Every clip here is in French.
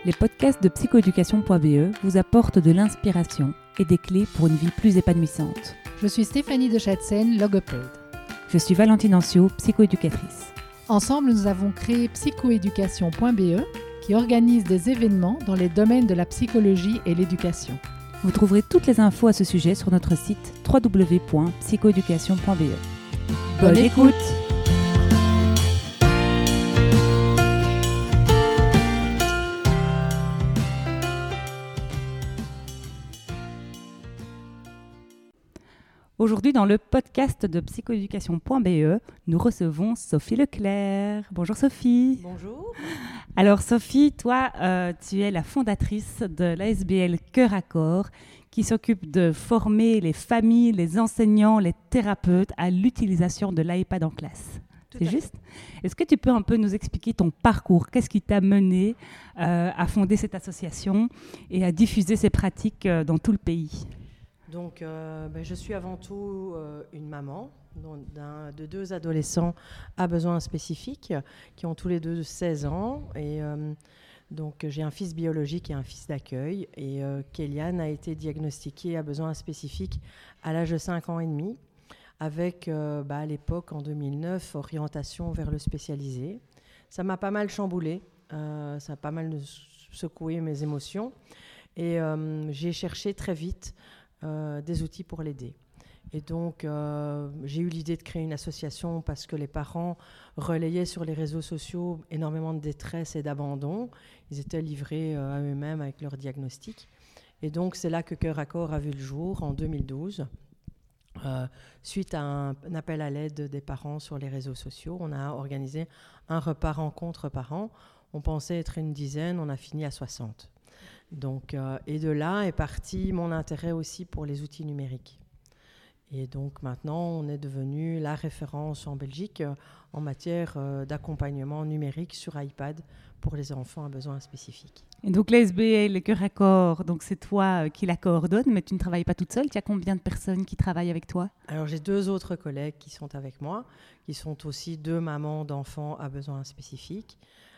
Les podcasts de psychoéducation.be vous apportent de l'inspiration et des clés pour une vie plus épanouissante. Je suis Stéphanie de Chatsen, logopède. Je suis Valentine Ancio, psychoéducatrice. Ensemble, nous avons créé psychoéducation.be qui organise des événements dans les domaines de la psychologie et l'éducation. Vous trouverez toutes les infos à ce sujet sur notre site www.psychoéducation.be. Bonne écoute! Aujourd'hui, dans le podcast de psychoéducation.be, nous recevons Sophie Leclerc. Bonjour Sophie. Bonjour. Alors Sophie, toi, tu es la fondatrice de l'ASBL Cœur à Corps qui s'occupe de former les familles, les enseignants, les thérapeutes à l'utilisation de l'iPad en classe. C'est juste ? Est-ce que tu peux un peu nous expliquer ton parcours ? Qu'est-ce qui t'a mené à fonder cette association et à diffuser ces pratiques dans tout le pays ? Donc, je suis avant tout une maman de deux adolescents à besoins spécifiques qui ont tous les deux 16 ans. Et donc, j'ai un fils biologique et un fils d'accueil. Et Kéliane a été diagnostiquée à besoins spécifiques à l'âge de 5 ans et demi, avec à l'époque, en 2009, orientation vers le spécialisé. Ça m'a pas mal chamboulée, ça a pas mal secoué mes émotions. Et j'ai cherché très vite des outils pour l'aider. Et donc, j'ai eu l'idée de créer une association parce que les parents relayaient sur les réseaux sociaux énormément de détresse et d'abandon. Ils étaient livrés à eux-mêmes avec leur diagnostic. Et donc, c'est là que Cœur à Corps a vu le jour, en 2012. Suite à un appel à l'aide des parents sur les réseaux sociaux, on a organisé un repas rencontre parents. On pensait être une dizaine, on a fini à 60. Donc, et de là est parti mon intérêt aussi pour les outils numériques. Et donc maintenant, on est devenu la référence en Belgique en matière d'accompagnement numérique sur iPad pour les enfants à besoins spécifiques. Et donc l'ASBL, le Cœur à Corps, donc c'est toi qui la coordonne, mais tu ne travailles pas toute seule. Tu as combien de personnes qui travaillent avec toi ? Alors j'ai 2 autres collègues qui sont avec moi, qui sont aussi 2 mamans d'enfants à besoins spécifiques.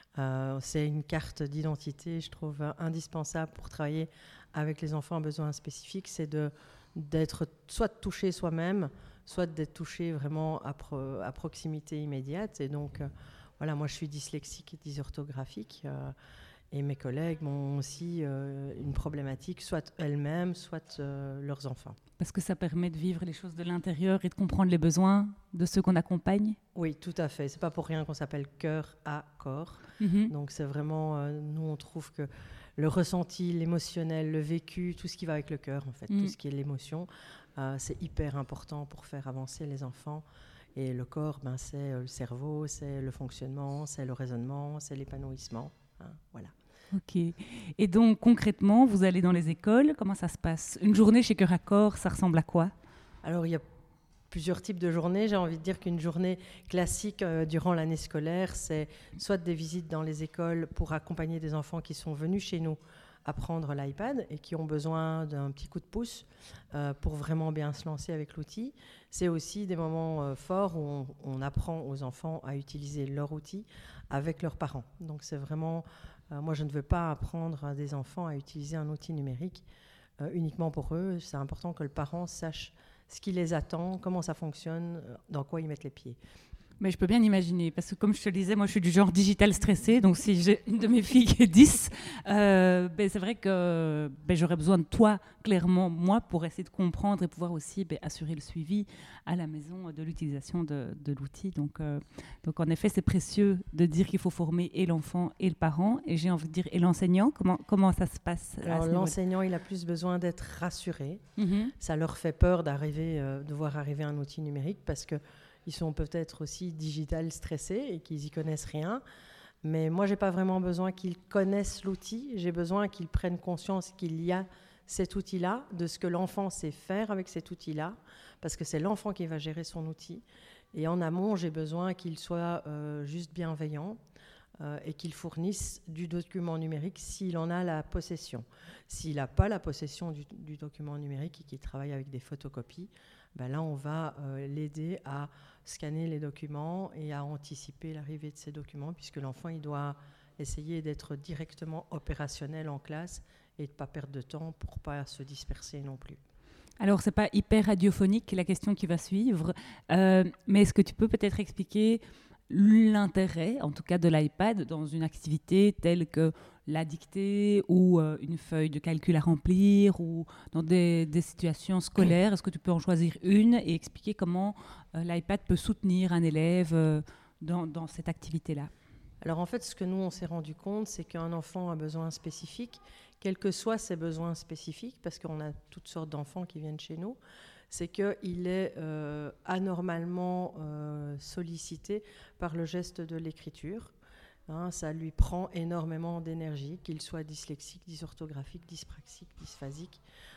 C'est une carte d'identité, je trouve, indispensable pour travailler avec les enfants à besoins spécifiques, c'est d'être soit touché soi-même, soit d'être touché vraiment à proximité immédiate. Et donc, voilà, moi je suis dyslexique et dysorthographique, et mes collègues ont aussi une problématique, soit elles-mêmes, soit leurs enfants. Parce que ça permet de vivre les choses de l'intérieur et de comprendre les besoins de ceux qu'on accompagne. Oui, tout à fait. C'est pas pour rien qu'on s'appelle Cœur à Corps. Donc c'est vraiment, nous on trouve que le ressenti, l'émotionnel, le vécu, tout ce qui va avec le cœur en fait, tout ce qui est l'émotion, c'est hyper important pour faire avancer les enfants. Et le corps, c'est le cerveau, c'est le fonctionnement, c'est le raisonnement, c'est l'épanouissement. Voilà. Ok. Et donc concrètement, vous allez dans les écoles, comment ça se passe ? Une journée chez Cœur à Corps, ça ressemble à quoi ? Alors il y a plusieurs types de journées. J'ai envie de dire qu'une journée classique durant l'année scolaire, c'est soit des visites dans les écoles pour accompagner des enfants qui sont venus chez nous apprendre l'iPad et qui ont besoin d'un petit coup de pouce pour vraiment bien se lancer avec l'outil. C'est aussi des moments forts où on apprend aux enfants à utiliser leur outil avec leurs parents. Donc c'est vraiment... moi, je ne veux pas apprendre à des enfants à utiliser un outil numérique uniquement pour eux. C'est important que le parent sache ce qui les attend, comment ça fonctionne, dans quoi ils mettent les pieds. Mais je peux bien imaginer, parce que comme je te le disais, moi je suis du genre digital stressé, donc si j'ai une de mes filles qui est 10, c'est vrai que j'aurais besoin de toi, clairement, moi, pour essayer de comprendre et pouvoir aussi assurer le suivi à la maison de l'utilisation de l'outil. Donc en effet, c'est précieux de dire qu'il faut former et l'enfant et le parent, et j'ai envie de dire et l'enseignant. Comment ça se passe ? Alors l'enseignant, il a plus besoin d'être rassuré. Ça leur fait peur de voir arriver un outil numérique parce que ils sont peut-être aussi digital stressés et qu'ils n'y connaissent rien. Mais moi, je n'ai pas vraiment besoin qu'ils connaissent l'outil. J'ai besoin qu'ils prennent conscience qu'il y a cet outil-là, de ce que l'enfant sait faire avec cet outil-là, parce que c'est l'enfant qui va gérer son outil. Et en amont, j'ai besoin qu'il soit juste bienveillant et qu'il fournisse du document numérique s'il en a la possession. S'il n'a pas la possession du document numérique et qu'il travaille avec des photocopies, là, on va l'aider à scanner les documents et à anticiper l'arrivée de ces documents, puisque l'enfant, il doit essayer d'être directement opérationnel en classe et de ne pas perdre de temps pour ne pas se disperser non plus. Alors, ce n'est pas hyper radiophonique la question qui va suivre, mais est-ce que tu peux peut-être expliquer l'intérêt, en tout cas de l'iPad, dans une activité telle que la dictée ou une feuille de calcul à remplir ou dans des situations scolaires? Est-ce que tu peux en choisir une et expliquer comment l'iPad peut soutenir un élève dans cette activité-là? Alors en fait, ce que nous, on s'est rendu compte, c'est qu'un enfant a besoin spécifiques, quels que soient ses besoins spécifiques, parce qu'on a toutes sortes d'enfants qui viennent chez nous, c'est qu'il est anormalement sollicité par le geste de l'écriture. Ça lui prend énormément d'énergie, qu'il soit dyslexique, dysorthographique, dyspraxique, dysphasique.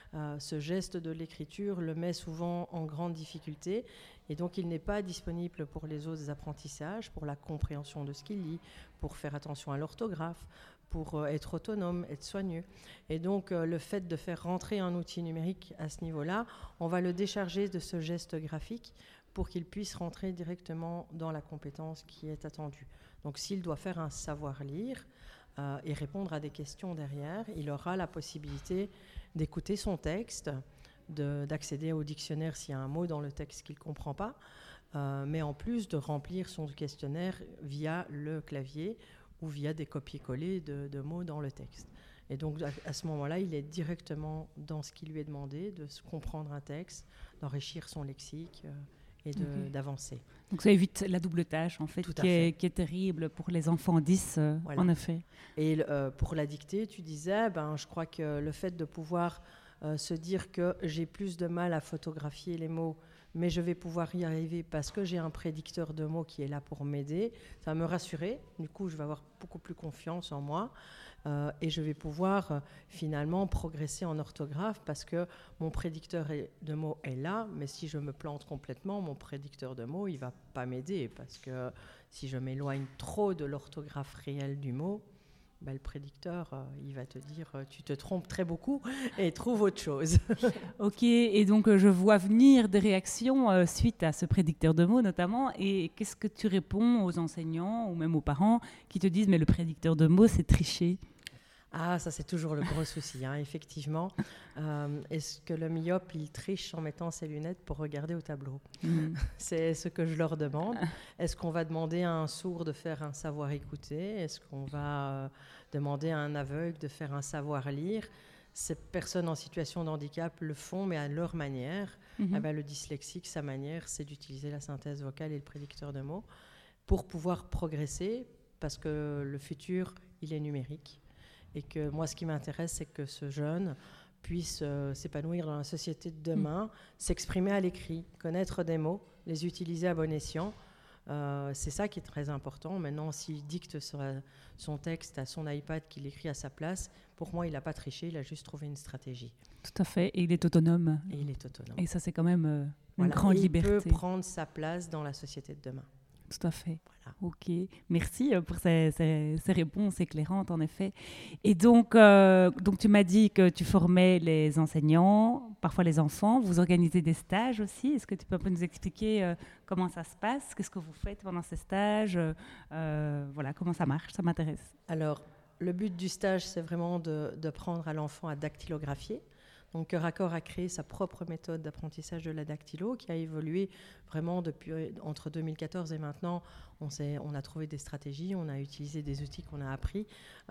Ce geste de l'écriture le met souvent en grande difficulté et donc il n'est pas disponible pour les autres apprentissages, pour la compréhension de ce qu'il lit, pour faire attention à l'orthographe, pour être autonome, être soigneux. Et donc le fait de faire rentrer un outil numérique à ce niveau-là, on va le décharger de ce geste graphique pour qu'il puisse rentrer directement dans la compétence qui est attendue. Donc s'il doit faire un savoir lire et répondre à des questions derrière, il aura la possibilité d'écouter son texte, d'accéder au dictionnaire s'il y a un mot dans le texte qu'il ne comprend pas, mais en plus de remplir son questionnaire via le clavier ou via des copier-coller de mots dans le texte. Et donc à ce moment-là, il est directement dans ce qui lui est demandé, de comprendre un texte, d'enrichir son lexique et d'avancer. Donc ça évite la double tâche en fait, qui est terrible pour les enfants 10, voilà. En effet. Et pour la dictée, tu disais, je crois que le fait de pouvoir se dire que j'ai plus de mal à photographier les mots, mais je vais pouvoir y arriver parce que j'ai un prédicteur de mots qui est là pour m'aider, ça va me rassurer. Du coup, je vais avoir beaucoup plus confiance en moi et je vais pouvoir finalement progresser en orthographe parce que mon prédicteur de mots est là, mais si je me plante complètement, mon prédicteur de mots, il ne va pas m'aider parce que si je m'éloigne trop de l'orthographe réelle du mot, le prédicteur, il va te dire tu te trompes très beaucoup et trouve autre chose. Ok, et donc je vois venir des réactions suite à ce prédicteur de mots notamment. Et qu'est-ce que tu réponds aux enseignants ou même aux parents qui te disent mais le prédicteur de mots, c'est tricher? Ah, ça c'est toujours le gros souci, effectivement. Est-ce que le myope, il triche en mettant ses lunettes pour regarder au tableau? C'est ce que je leur demande. Est-ce qu'on va demander à un sourd de faire un savoir écouter? Est-ce qu'on va demander à un aveugle de faire un savoir lire? Ces personnes en situation de handicap le font, mais à leur manière. Le dyslexique, sa manière, c'est d'utiliser la synthèse vocale et le prédicteur de mots pour pouvoir progresser, parce que le futur, il est numérique. Et que moi, ce qui m'intéresse, c'est que ce jeune puisse s'épanouir dans la société de demain, s'exprimer à l'écrit, connaître des mots, les utiliser à bon escient. C'est ça qui est très important. Maintenant, s'il dicte son texte à son iPad, qu'il écrit à sa place, pour moi, il n'a pas triché, il a juste trouvé une stratégie. Tout à fait, et il est autonome. Et il est autonome. Et ça, c'est quand même une grande liberté. Il peut prendre sa place dans la société de demain. Tout à fait. Voilà. Ok, merci pour ces réponses éclairantes en effet. Et donc tu m'as dit que tu formais les enseignants, parfois les enfants. Vous organisez des stages aussi. Est-ce que tu peux un peu nous expliquer comment ça se passe? Qu'est-ce que vous faites pendant ces stages? Voilà, comment ça marche? Ça m'intéresse. Alors, le but du stage, c'est vraiment d'apprendre à l'enfant à dactylographier. Donc, Cœur à Corps a créé sa propre méthode d'apprentissage de la dactylo qui a évolué vraiment depuis entre 2014 et maintenant. On a trouvé des stratégies, on a utilisé des outils qu'on a appris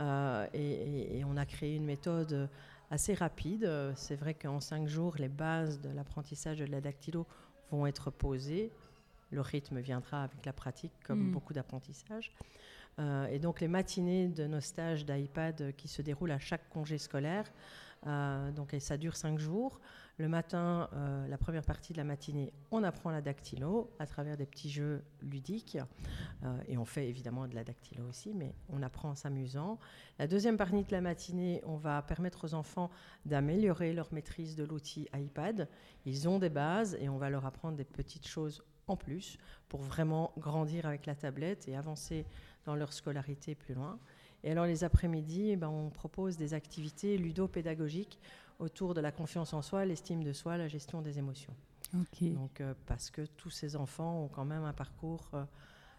et on a créé une méthode assez rapide. C'est vrai qu'en 5 jours, les bases de l'apprentissage de la dactylo vont être posées. Le rythme viendra avec la pratique, comme beaucoup d'apprentissages. Et donc, les matinées de nos stages d'iPad qui se déroulent à chaque congé scolaire, donc ça dure 5 jours. Le matin, la première partie de la matinée, on apprend la dactylo à travers des petits jeux ludiques. Et on fait évidemment de la dactylo aussi, mais on apprend en s'amusant. La deuxième partie de la matinée, on va permettre aux enfants d'améliorer leur maîtrise de l'outil iPad. Ils ont des bases et on va leur apprendre des petites choses en plus pour vraiment grandir avec la tablette et avancer dans leur scolarité plus loin. Et alors les après-midi, on propose des activités ludopédagogiques autour de la confiance en soi, l'estime de soi, la gestion des émotions. Okay. Donc, parce que tous ces enfants ont quand même un parcours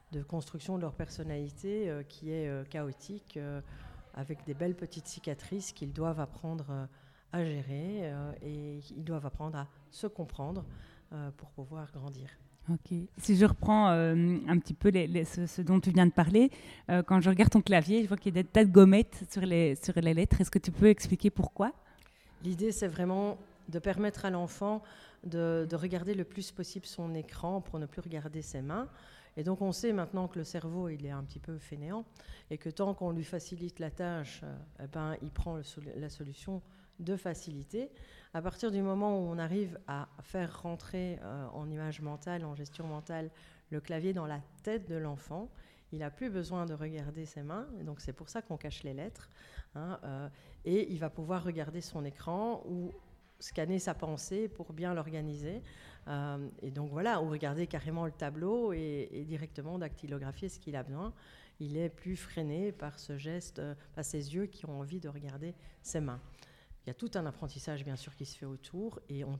de construction de leur personnalité qui est chaotique, avec des belles petites cicatrices qu'ils doivent apprendre à gérer et ils doivent apprendre à se comprendre pour pouvoir grandir. Ok. Si je reprends un petit peu ce dont tu viens de parler, quand je regarde ton clavier, je vois qu'il y a des tas de gommettes sur les lettres. Est-ce que tu peux expliquer pourquoi ? L'idée, c'est vraiment de permettre à l'enfant de regarder le plus possible son écran pour ne plus regarder ses mains. Et donc, on sait maintenant que le cerveau, il est un petit peu fainéant et que tant qu'on lui facilite la tâche, il prend la solution de facilité. À partir du moment où on arrive à faire rentrer en image mentale, en gestion mentale, le clavier dans la tête de l'enfant, il n'a plus besoin de regarder ses mains. Et donc, c'est pour ça qu'on cache les lettres. Et il va pouvoir regarder son écran ou scanner sa pensée pour bien l'organiser. Et donc voilà, ou regarder carrément le tableau et directement dactylographier ce qu'il a besoin. Il est plus freiné par ce geste, par ses yeux qui ont envie de regarder ses mains. Il y a tout un apprentissage bien sûr qui se fait autour et on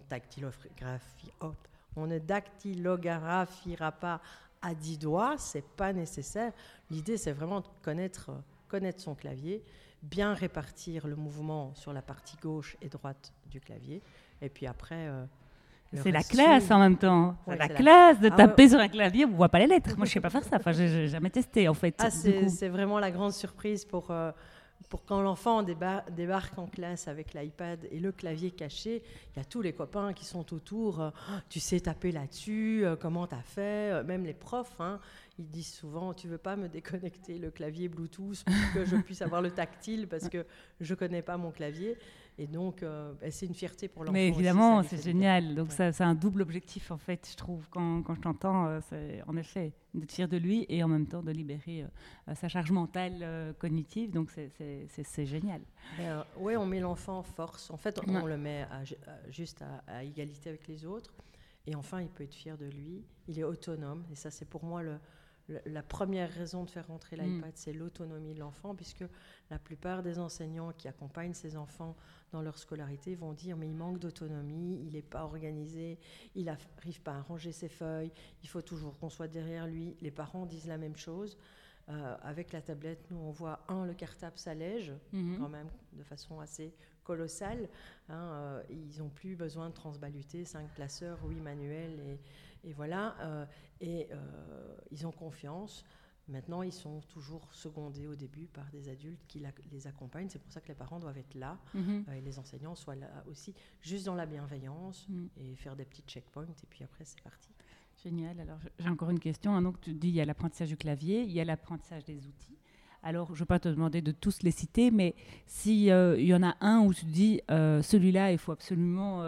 ne dactylographiera pas à 10 doigts, c'est pas nécessaire. L'idée c'est vraiment de connaître son clavier, bien répartir le mouvement sur la partie gauche et droite du clavier et puis après c'est la classe en même temps. Ouais, c'est la classe de taper ouais. sur un clavier, on ne voit pas les lettres. Moi, je ne sais pas faire ça. Enfin, je n'ai jamais testé, en fait. C'est vraiment la grande surprise pour quand l'enfant débarque en classe avec l'iPad et le clavier caché. Il y a tous les copains qui sont autour. Tu sais taper là-dessus, comment tu as fait. Même les profs, ils disent souvent, tu ne veux pas me déconnecter le clavier Bluetooth pour que je puisse avoir le tactile parce que je ne connais pas mon clavier. Et donc, c'est une fierté pour l'enfant. Mais évidemment, aussi, c'est génial. Donc, ça, c'est un double objectif, en fait, je trouve, quand je t'entends, c'est en effet d'être fier de lui et en même temps de libérer sa charge mentale cognitive. Donc, c'est génial. Oui, on met l'enfant en force. En fait, on le met juste à égalité avec les autres. Et enfin, il peut être fier de lui. Il est autonome. Et ça, c'est pour moi la première raison de faire rentrer l'iPad, c'est l'autonomie de l'enfant, puisque la plupart des enseignants qui accompagnent ces enfants dans leur scolarité vont dire mais il manque d'autonomie, il n'est pas organisé, il n'arrive pas à ranger ses feuilles, il faut toujours qu'on soit derrière lui. Les parents disent la même chose. Avec la tablette, nous on voit le cartable s'allège quand même de façon assez colossale. Ils n'ont plus besoin de transbaluter 5 classeurs, 8 manuels et voilà. Ils ont confiance. Maintenant, ils sont toujours secondés au début par des adultes qui les accompagnent. C'est pour ça que les parents doivent être là et les enseignants soient là aussi, juste dans la bienveillance et faire des petits checkpoints. Et puis après, c'est parti. Génial. Alors, j'ai encore une question. Donc, tu dis il y a l'apprentissage du clavier, il y a l'apprentissage des outils. Alors, je ne vais pas te demander de tous les citer, mais s'il y en a un où tu te dis celui-là, il faut absolument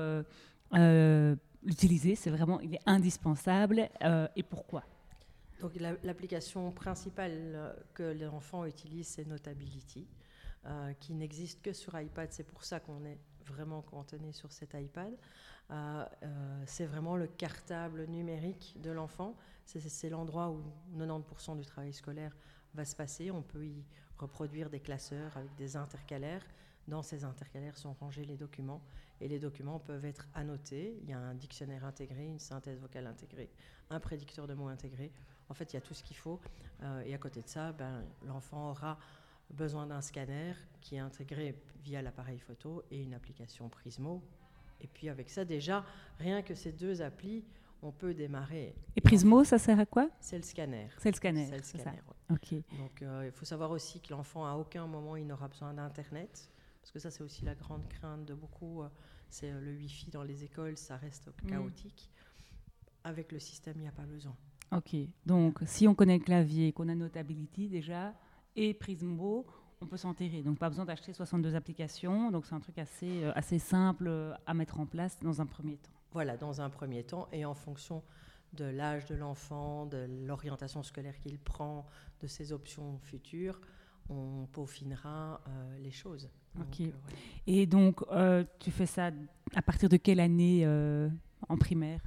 l'utiliser, il est indispensable, et pourquoi ? Donc, l'application principale que l'enfant utilise, c'est Notability, qui n'existe que sur iPad. C'est pour ça qu'on est vraiment cantonné sur cet iPad. C'est vraiment le cartable numérique de l'enfant. C'est l'endroit où 90% du travail scolaire va se passer. On peut y reproduire des classeurs avec des intercalaires. Dans ces intercalaires sont rangés les documents et les documents peuvent être annotés. Il y a un dictionnaire intégré, une synthèse vocale intégrée, un prédicteur de mots intégré. En fait, il y a tout ce qu'il faut. Et à côté de ça, l'enfant aura besoin d'un scanner qui est intégré via l'appareil photo et une application Prismo. Et puis avec ça, déjà, rien que ces 2 applis, on peut démarrer. Et Prismo, ça sert à quoi ? C'est le scanner. C'est le scanner, c'est ça. Ouais. Okay. Donc, il faut savoir aussi que l'enfant, à aucun moment, il n'aura besoin d'Internet. Parce que ça, c'est aussi la grande crainte de beaucoup. C'est le Wi-Fi dans les écoles, ça reste chaotique. Avec le système, il n'y a pas besoin. Ok. Donc, si on connaît le clavier, qu'on a Notability déjà, et Prismo, on peut s'enterrer. Donc, pas besoin d'acheter 62 applications. Donc, c'est un truc assez simple à mettre en place dans un premier temps. Voilà, dans un premier temps, et en fonction de l'âge de l'enfant, de l'orientation scolaire qu'il prend, de ses options futures, on peaufinera les choses. Ok. Donc, et donc, tu fais ça à partir de quelle année en primaire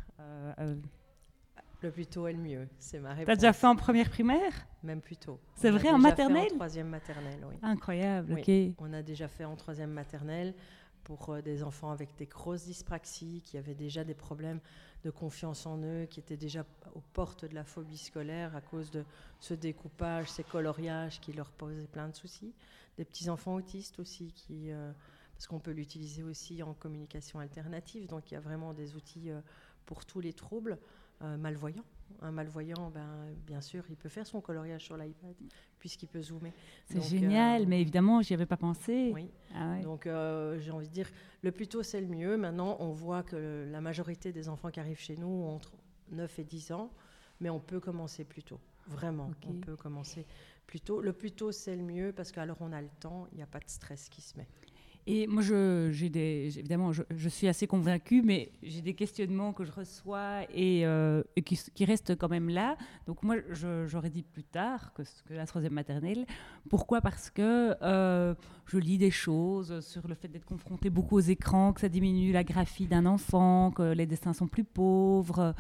Le plus tôt est le mieux, c'est ma réponse. Tu as déjà fait en première primaire ? Même plus tôt. C'est vrai, en maternelle ? En 3e maternelle, oui. Incroyable, oui. ok. On a déjà fait en 3e maternelle. pour des enfants avec des grosses dyspraxies, qui avaient déjà des problèmes de confiance en eux, qui étaient déjà aux portes de la phobie scolaire à cause de ce découpage, ces coloriages qui leur posaient plein de soucis. Des petits enfants autistes aussi, parce qu'on peut l'utiliser aussi en communication alternative, donc il y a vraiment des outils pour tous les troubles. Malvoyants. Un malvoyant, bien sûr, il peut faire son coloriage sur l'iPad puisqu'il peut zoomer. C'est génial, mais évidemment, j'y avais pas pensé. Oui. Ah ouais. Donc, j'ai envie de dire, le plus tôt, c'est le mieux. Maintenant, on voit que la majorité des enfants qui arrivent chez nous ont entre 9 et 10 ans, mais on peut commencer plus tôt. Vraiment, on peut commencer plus tôt. Le plus tôt, c'est le mieux parce qu'alors on a le temps, il n'y a pas de stress qui se met. Et moi, évidemment, je suis assez convaincue, mais j'ai des questionnements que je reçois et qui restent quand même là. Donc moi, j'aurais dit plus tard que la 3e maternelle. Pourquoi ? Parce que je lis des choses sur le fait d'être confronté beaucoup aux écrans, que ça diminue la graphie d'un enfant, que les dessins sont plus pauvres,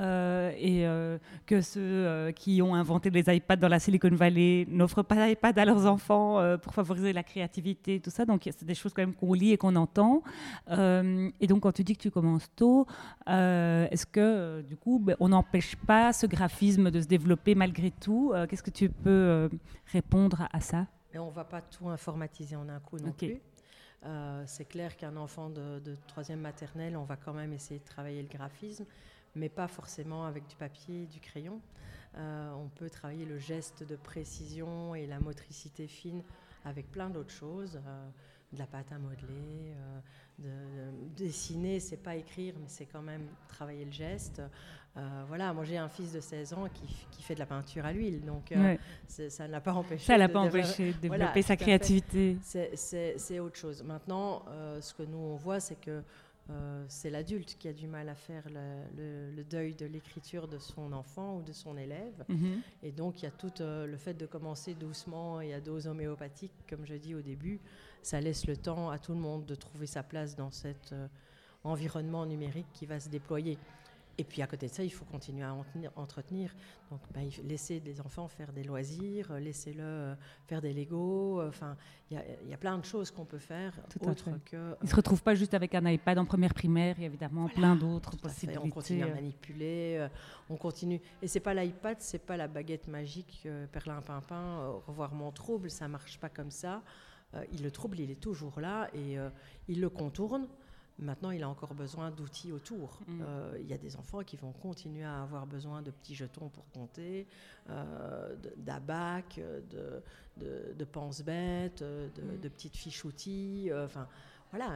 et que ceux qui ont inventé les iPads dans la Silicon Valley n'offrent pas d'iPad à leurs enfants pour favoriser la créativité, tout ça. Donc c'est des choses quand même qu'on lit et qu'on entend. Et donc, quand tu dis que tu commences tôt, est-ce que, du coup, on n'empêche pas ce graphisme de se développer malgré tout ? Qu'est-ce que tu peux répondre à ça ? Et on ne va pas tout informatiser en un coup non plus. C'est clair qu'un enfant de 3e maternelle, on va quand même essayer de travailler le graphisme, mais pas forcément avec du papier et du crayon. On peut travailler le geste de précision et la motricité fine avec plein d'autres choses. De la pâte à modeler, de dessiner, c'est pas écrire, mais c'est quand même travailler le geste. Voilà, moi j'ai un fils de 16 ans qui fait de la peinture à l'huile, donc ça ne l'a pas empêché. Ça ne l'a pas empêché de développer sa créativité. C'est autre chose. Maintenant, ce que nous on voit, c'est que c'est l'adulte qui a du mal à faire le deuil de l'écriture de son enfant ou de son élève. Et donc il y a tout le fait de commencer doucement et à dose homéopathique, comme je dis au début, ça laisse le temps à tout le monde de trouver sa place dans cet environnement numérique qui va se déployer. Et puis à côté de ça, il faut continuer à entretenir. Donc laisser les enfants faire des loisirs, laissez-le faire des Legos. Enfin, il y a plein de choses qu'on peut faire autre que. Ils ne se retrouvent pas juste avec un iPad en première primaire. Il y a évidemment plein d'autres possibilités. On continue à manipuler, on continue. Et c'est pas l'iPad, c'est pas la baguette magique perlimpinpin. Revoir mon trouble, ça marche pas comme ça. Le trouble, il est toujours là et il le contourne. Maintenant, il a encore besoin d'outils autour. Il y a des enfants qui vont continuer à avoir besoin de petits jetons pour compter, d'abac, de pense-bêtes, de petites fiches outils. Enfin, voilà,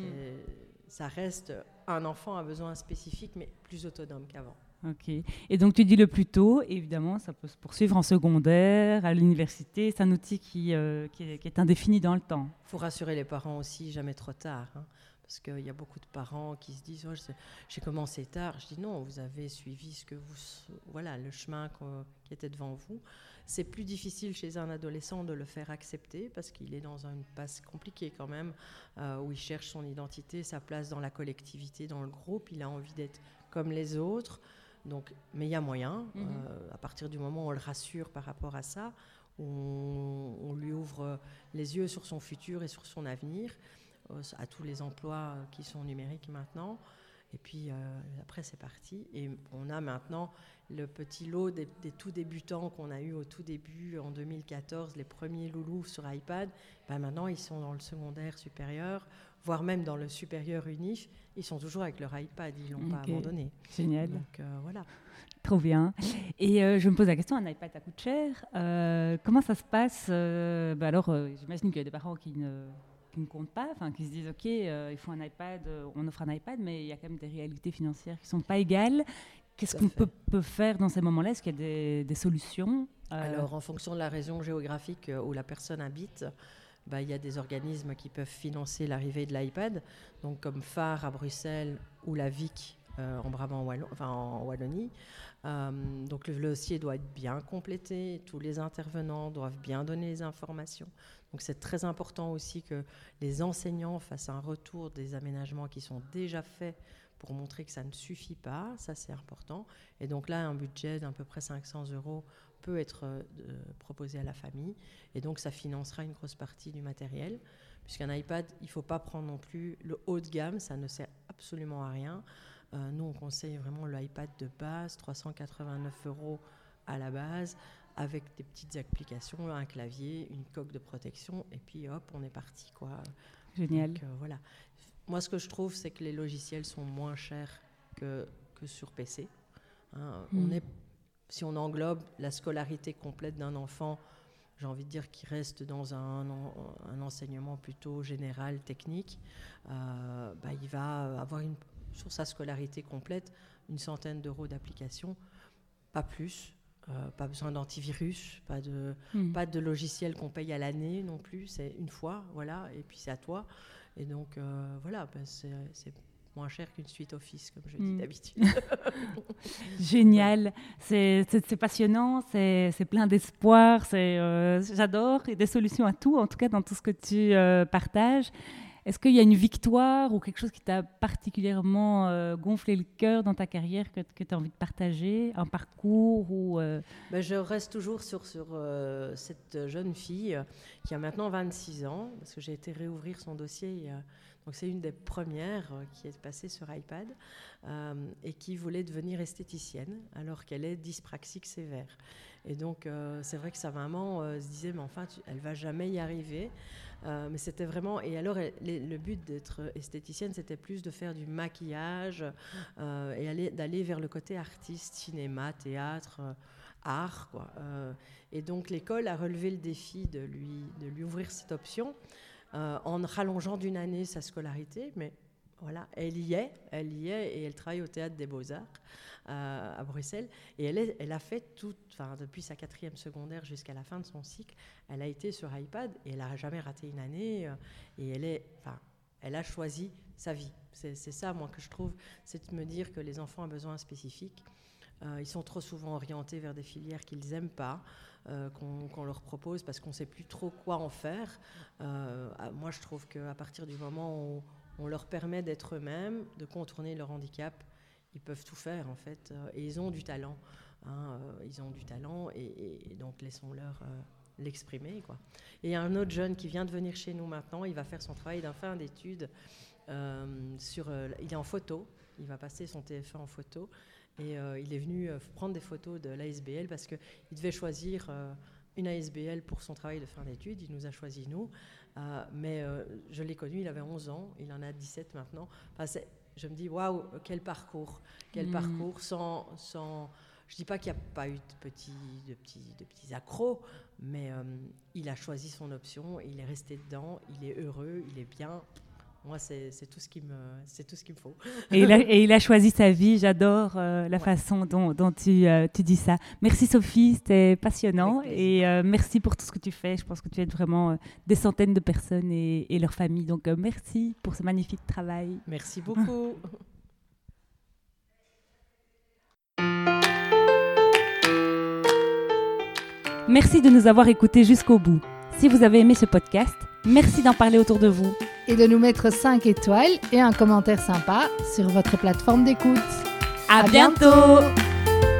ça reste un enfant à besoin spécifique, mais plus autonome qu'avant. Ok. Et donc tu dis le plus tôt, évidemment, ça peut se poursuivre en secondaire, à l'université. C'est un outil qui est indéfini dans le temps. Il faut rassurer les parents aussi, jamais trop tard. Parce qu'il y a beaucoup de parents qui se disent j'ai commencé tard. Je dis non, vous avez suivi le chemin qui était devant vous. C'est plus difficile chez un adolescent de le faire accepter parce qu'il est dans une passe compliquée quand même, où il cherche son identité, sa place dans la collectivité, dans le groupe. Il a envie d'être comme les autres. Donc, mais il y a moyen, à partir du moment où on le rassure par rapport à ça, on lui ouvre les yeux sur son futur et sur son avenir, à tous les emplois qui sont numériques maintenant. Et puis après, c'est parti. Et on a maintenant le petit lot des tout débutants qu'on a eu au tout début, en 2014, les premiers loulous sur iPad. Maintenant, ils sont dans le secondaire supérieur, voire même dans le supérieur UNIF. Ils sont toujours avec leur iPad, ils ne l'ont pas abandonné. Génial. Donc voilà. Trop bien. Et je me pose la question, un iPad, ça coûte cher. Comment ça se passe j'imagine qu'il y a des parents qui ne comptent pas, qui se disent ok, il faut un iPad, on offre un iPad, mais il y a quand même des réalités financières qui ne sont pas égales. Qu'est-ce qu'on peut faire dans ces moments-là ? Est-ce qu'il y a des solutions ? Alors, en fonction de la région géographique où la personne habite, il y a des organismes qui peuvent financer l'arrivée de l'iPad, donc comme Phare à Bruxelles ou la VIC en Brabant, en Wallonie. Donc le dossier doit être bien complété, tous les intervenants doivent bien donner les informations. Donc c'est très important aussi que les enseignants fassent un retour des aménagements qui sont déjà faits pour montrer que ça ne suffit pas, ça c'est important. Et donc là, un budget d'à peu près 500 € peut être proposé à la famille. Et donc, ça financera une grosse partie du matériel. Puisqu'un iPad, il ne faut pas prendre non plus le haut de gamme, ça ne sert absolument à rien. Nous, on conseille vraiment l'iPad de base, 389 € à la base, avec des petites applications, un clavier, une coque de protection, et puis hop, on est parti, quoi. Génial. Donc, voilà. Moi, ce que je trouve, c'est que les logiciels sont moins chers que sur PC. Si on englobe la scolarité complète d'un enfant, j'ai envie de dire qu'il reste dans un enseignement plutôt général, technique, il va avoir sur sa scolarité complète une centaine d'euros d'application, pas plus. Pas besoin d'antivirus, pas de logiciel qu'on paye à l'année non plus, c'est une fois, voilà, et puis c'est à toi. Et donc, c'est moins cher qu'une suite Office, comme je dis d'habitude. Génial, c'est passionnant, c'est plein d'espoir, j'adore, et des solutions à tout, en tout cas dans tout ce que tu partages. Est-ce qu'il y a une victoire ou quelque chose qui t'a particulièrement gonflé le cœur dans ta carrière que tu as envie de partager, un parcours ou Je reste toujours sur cette jeune fille qui a maintenant 26 ans, parce que j'ai été réouvrir son dossier. Donc c'est une des premières qui est passée sur iPad et qui voulait devenir esthéticienne alors qu'elle est dyspraxique sévère. Et donc c'est vrai que sa maman se disait mais enfin elle ne va jamais y arriver. Mais c'était vraiment... Et alors, le but d'être esthéticienne, c'était plus de faire du maquillage et d'aller vers le côté artiste, cinéma, théâtre, art, quoi. Et donc, l'école a relevé le défi de lui ouvrir cette option en rallongeant d'une année sa scolarité, mais voilà, elle y est et elle travaille au Théâtre des Beaux-Arts à Bruxelles. Et elle a fait depuis sa 4e secondaire jusqu'à la fin de son cycle, elle a été sur iPad et elle n'a jamais raté une année. Et elle a choisi sa vie. C'est ça, moi, que je trouve, c'est de me dire que les enfants à besoins spécifiques, ils sont trop souvent orientés vers des filières qu'ils n'aiment pas, qu'on leur propose parce qu'on ne sait plus trop quoi en faire. Moi, je trouve qu'à partir du moment où on leur permet d'être eux-mêmes, de contourner leur handicap, ils peuvent tout faire, en fait. Et ils ont du talent. Ils ont du talent et donc laissons-leur l'exprimer, quoi. Et il y a un autre jeune qui vient de venir chez nous maintenant. Il va faire son travail de fin d'études. Il est en photo. Il va passer son TF1 en photo. Et il est venu prendre des photos de l'ASBL parce qu'il devait choisir une ASBL pour son travail de fin d'études. Il nous a choisi, nous. Mais je l'ai connu, il avait 11 ans. Il en a 17 maintenant. Enfin, je me dis, waouh, quel parcours. Quel parcours sans... Je ne dis pas qu'il n'y a pas eu de petits accros, mais il a choisi son option, il est resté dedans, il est heureux, il est bien. Moi, c'est tout ce qu'il me faut. Et il a choisi sa vie. J'adore la façon dont tu dis ça. Merci Sophie, c'était passionnant. Et merci pour tout ce que tu fais. Je pense que tu aides vraiment des centaines de personnes et leurs familles. Donc merci pour ce magnifique travail. Merci beaucoup. Merci de nous avoir écoutés jusqu'au bout. Si vous avez aimé ce podcast, merci d'en parler autour de vous. Et de nous mettre 5 étoiles et un commentaire sympa sur votre plateforme d'écoute. À bientôt.